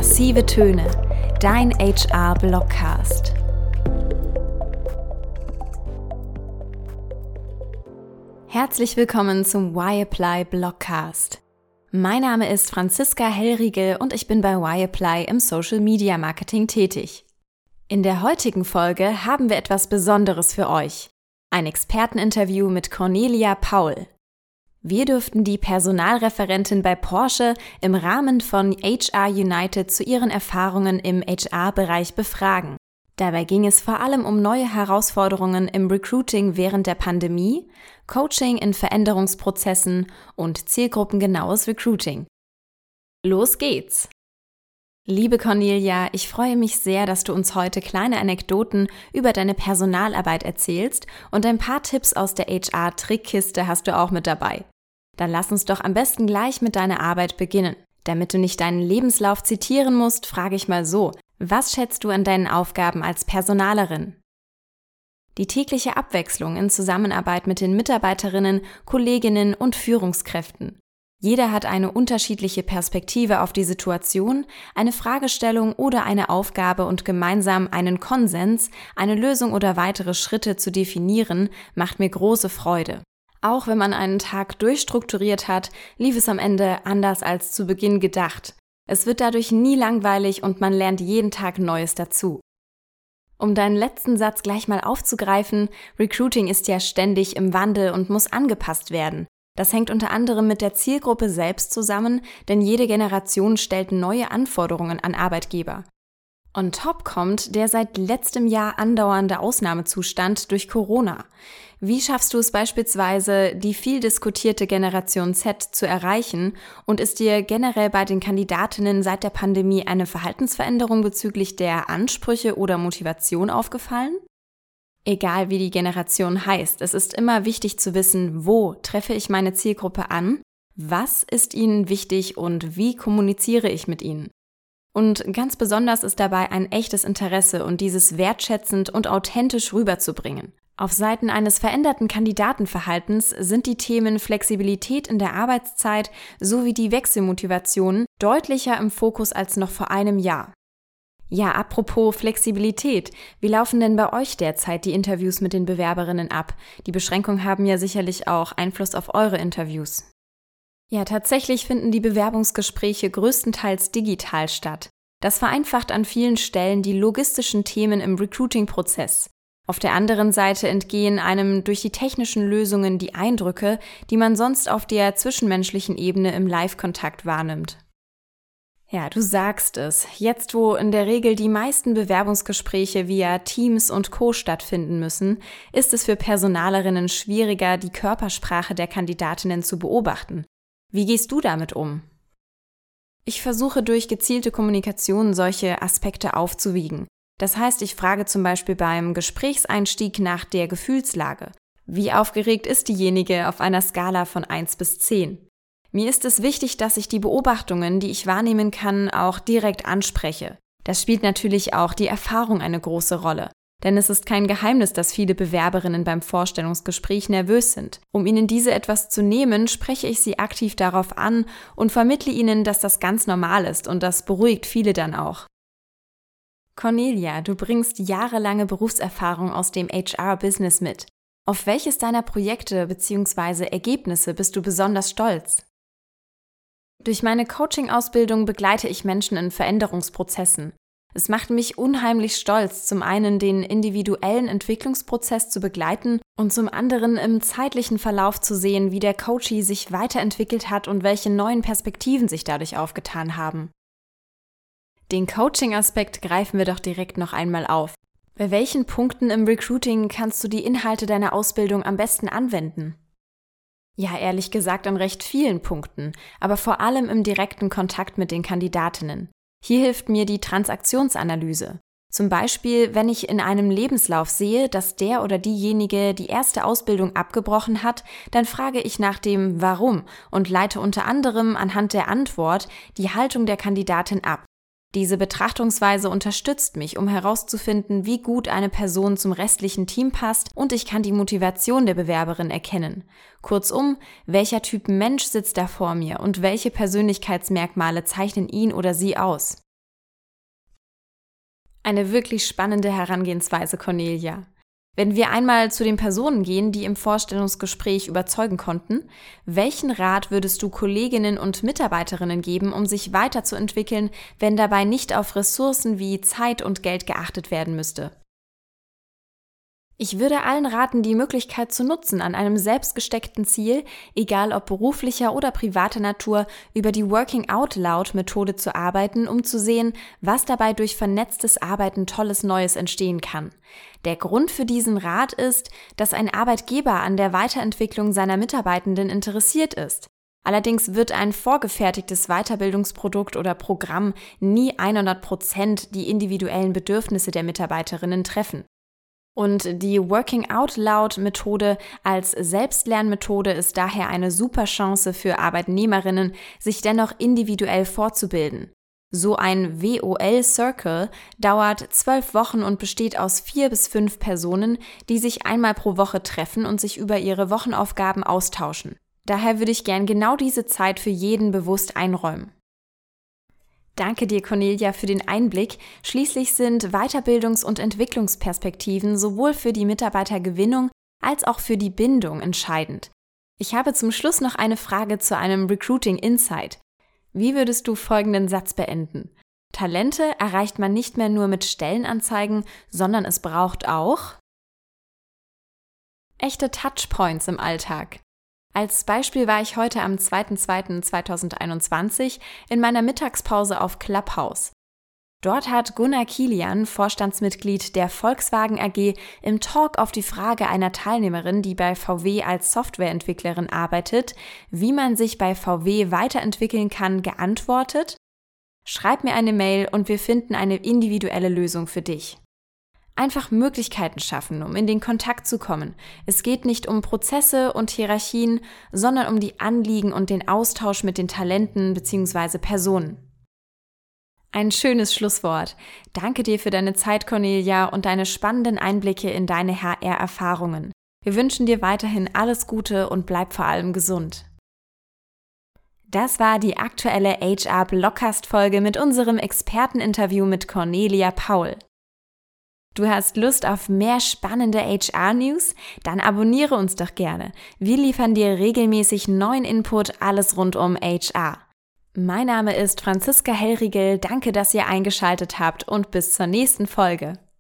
Massive Töne, dein HR-Blogcast. Herzlich willkommen zum Why-Apply Blogcast. Mein Name ist Franziska Hellriegel und ich bin bei Why-Apply im Social Media Marketing tätig. In der heutigen Folge haben wir etwas Besonderes für euch. Ein Experteninterview mit Cornelia Paul. Wir durften die Personalreferentin bei Porsche im Rahmen von HR United zu ihren Erfahrungen im HR-Bereich befragen. Dabei ging es vor allem um neue Herausforderungen im Recruiting während der Pandemie, Coaching in Veränderungsprozessen und zielgruppengenaues Recruiting. Los geht's! Liebe Cornelia, ich freue mich sehr, dass du uns heute kleine Anekdoten über deine Personalarbeit erzählst und ein paar Tipps aus der HR-Trickkiste hast du auch mit dabei. Dann lass uns doch am besten gleich mit deiner Arbeit beginnen. Damit du nicht deinen Lebenslauf zitieren musst, frage ich mal so: Was schätzt du an deinen Aufgaben als Personalerin? Die tägliche Abwechslung in Zusammenarbeit mit den Mitarbeiterinnen, Kolleginnen und Führungskräften. Jeder hat eine unterschiedliche Perspektive auf die Situation, eine Fragestellung oder eine Aufgabe und gemeinsam einen Konsens, eine Lösung oder weitere Schritte zu definieren, macht mir große Freude. Auch wenn man einen Tag durchstrukturiert hat, lief es am Ende anders als zu Beginn gedacht. Es wird dadurch nie langweilig und man lernt jeden Tag Neues dazu. Um deinen letzten Satz gleich mal aufzugreifen, Recruiting ist ja ständig im Wandel und muss angepasst werden. Das hängt unter anderem mit der Zielgruppe selbst zusammen, denn jede Generation stellt neue Anforderungen an Arbeitgeber. On top kommt der seit letztem Jahr andauernde Ausnahmezustand durch Corona. Wie schaffst du es beispielsweise, die viel diskutierte Generation Z zu erreichen, und ist dir generell bei den Kandidatinnen seit der Pandemie eine Verhaltensveränderung bezüglich der Ansprüche oder Motivation aufgefallen? Egal wie die Generation heißt, es ist immer wichtig zu wissen, wo treffe ich meine Zielgruppe an, was ist ihnen wichtig und wie kommuniziere ich mit ihnen. Und ganz besonders ist dabei ein echtes Interesse und dieses wertschätzend und authentisch rüberzubringen. Auf Seiten eines veränderten Kandidatenverhaltens sind die Themen Flexibilität in der Arbeitszeit sowie die Wechselmotivation deutlicher im Fokus als noch vor einem Jahr. Ja, apropos Flexibilität, wie laufen denn bei euch derzeit die Interviews mit den Bewerberinnen ab? Die Beschränkungen haben ja sicherlich auch Einfluss auf eure Interviews. Ja, tatsächlich finden die Bewerbungsgespräche größtenteils digital statt. Das vereinfacht an vielen Stellen die logistischen Themen im Recruiting-Prozess. Auf der anderen Seite entgehen einem durch die technischen Lösungen die Eindrücke, die man sonst auf der zwischenmenschlichen Ebene im Live-Kontakt wahrnimmt. Ja, du sagst es. Jetzt, wo in der Regel die meisten Bewerbungsgespräche via Teams und Co. stattfinden müssen, ist es für Personalerinnen schwieriger, die Körpersprache der Kandidatinnen zu beobachten. Wie gehst du damit um? Ich versuche durch gezielte Kommunikation solche Aspekte aufzuwiegen. Das heißt, ich frage zum Beispiel beim Gesprächseinstieg nach der Gefühlslage. Wie aufgeregt ist diejenige auf einer Skala von 1 bis 10? Mir ist es wichtig, dass ich die Beobachtungen, die ich wahrnehmen kann, auch direkt anspreche. Das spielt natürlich auch die Erfahrung eine große Rolle. Denn es ist kein Geheimnis, dass viele Bewerberinnen beim Vorstellungsgespräch nervös sind. Um ihnen diese etwas zu nehmen, spreche ich sie aktiv darauf an und vermittle ihnen, dass das ganz normal ist, und das beruhigt viele dann auch. Cornelia, du bringst jahrelange Berufserfahrung aus dem HR-Business mit. Auf welches deiner Projekte bzw. Ergebnisse bist du besonders stolz? Durch meine Coaching-Ausbildung begleite ich Menschen in Veränderungsprozessen. Es macht mich unheimlich stolz, zum einen den individuellen Entwicklungsprozess zu begleiten und zum anderen im zeitlichen Verlauf zu sehen, wie der Coachee sich weiterentwickelt hat und welche neuen Perspektiven sich dadurch aufgetan haben. Den Coaching-Aspekt greifen wir doch direkt noch einmal auf. Bei welchen Punkten im Recruiting kannst du die Inhalte deiner Ausbildung am besten anwenden? Ja, ehrlich gesagt an recht vielen Punkten, aber vor allem im direkten Kontakt mit den Kandidatinnen. Hier hilft mir die Transaktionsanalyse. Zum Beispiel, wenn ich in einem Lebenslauf sehe, dass der oder diejenige die erste Ausbildung abgebrochen hat, dann frage ich nach dem Warum und leite unter anderem anhand der Antwort die Haltung der Kandidatin ab. Diese Betrachtungsweise unterstützt mich, um herauszufinden, wie gut eine Person zum restlichen Team passt, und ich kann die Motivation der Bewerberin erkennen. Kurzum, welcher Typ Mensch sitzt da vor mir und welche Persönlichkeitsmerkmale zeichnen ihn oder sie aus? Eine wirklich spannende Herangehensweise, Cornelia. Wenn wir einmal zu den Personen gehen, die im Vorstellungsgespräch überzeugen konnten, welchen Rat würdest du Kolleginnen und Mitarbeiterinnen geben, um sich weiterzuentwickeln, wenn dabei nicht auf Ressourcen wie Zeit und Geld geachtet werden müsste? Ich würde allen raten, die Möglichkeit zu nutzen, an einem selbst gesteckten Ziel, egal ob beruflicher oder privater Natur, über die Working-Out-Loud-Methode zu arbeiten, um zu sehen, was dabei durch vernetztes Arbeiten Tolles Neues entstehen kann. Der Grund für diesen Rat ist, dass ein Arbeitgeber an der Weiterentwicklung seiner Mitarbeitenden interessiert ist. Allerdings wird ein vorgefertigtes Weiterbildungsprodukt oder Programm nie 100% die individuellen Bedürfnisse der Mitarbeiterinnen treffen. Und die Working-Out-Loud-Methode als Selbstlernmethode ist daher eine super Chance für Arbeitnehmerinnen, sich dennoch individuell fortzubilden. So ein WOL-Circle dauert 12 Wochen und besteht aus 4 bis 5 Personen, die sich einmal pro Woche treffen und sich über ihre Wochenaufgaben austauschen. Daher würde ich gern genau diese Zeit für jeden bewusst einräumen. Danke dir, Cornelia, für den Einblick. Schließlich sind Weiterbildungs- und Entwicklungsperspektiven sowohl für die Mitarbeitergewinnung als auch für die Bindung entscheidend. Ich habe zum Schluss noch eine Frage zu einem Recruiting Insight. Wie würdest du folgenden Satz beenden? Talente erreicht man nicht mehr nur mit Stellenanzeigen, sondern es braucht auch echte Touchpoints im Alltag. Als Beispiel war ich heute am 2.2.2021 in meiner Mittagspause auf Clubhouse. Dort hat Gunnar Kilian, Vorstandsmitglied der Volkswagen AG, im Talk auf die Frage einer Teilnehmerin, die bei VW als Softwareentwicklerin arbeitet, wie man sich bei VW weiterentwickeln kann, geantwortet: Schreib mir eine Mail und wir finden eine individuelle Lösung für dich. Einfach Möglichkeiten schaffen, um in den Kontakt zu kommen. Es geht nicht um Prozesse und Hierarchien, sondern um die Anliegen und den Austausch mit den Talenten bzw. Personen. Ein schönes Schlusswort. Danke dir für deine Zeit, Cornelia, und deine spannenden Einblicke in deine HR-Erfahrungen. Wir wünschen dir weiterhin alles Gute und bleib vor allem gesund. Das war die aktuelle HR-Blockcast-Folge mit unserem Experteninterview mit Cornelia Paul. Du hast Lust auf mehr spannende HR-News? Dann abonniere uns doch gerne. Wir liefern dir regelmäßig neuen Input, alles rund um HR. Mein Name ist Franziska Hellriegel. Danke, dass ihr eingeschaltet habt und bis zur nächsten Folge.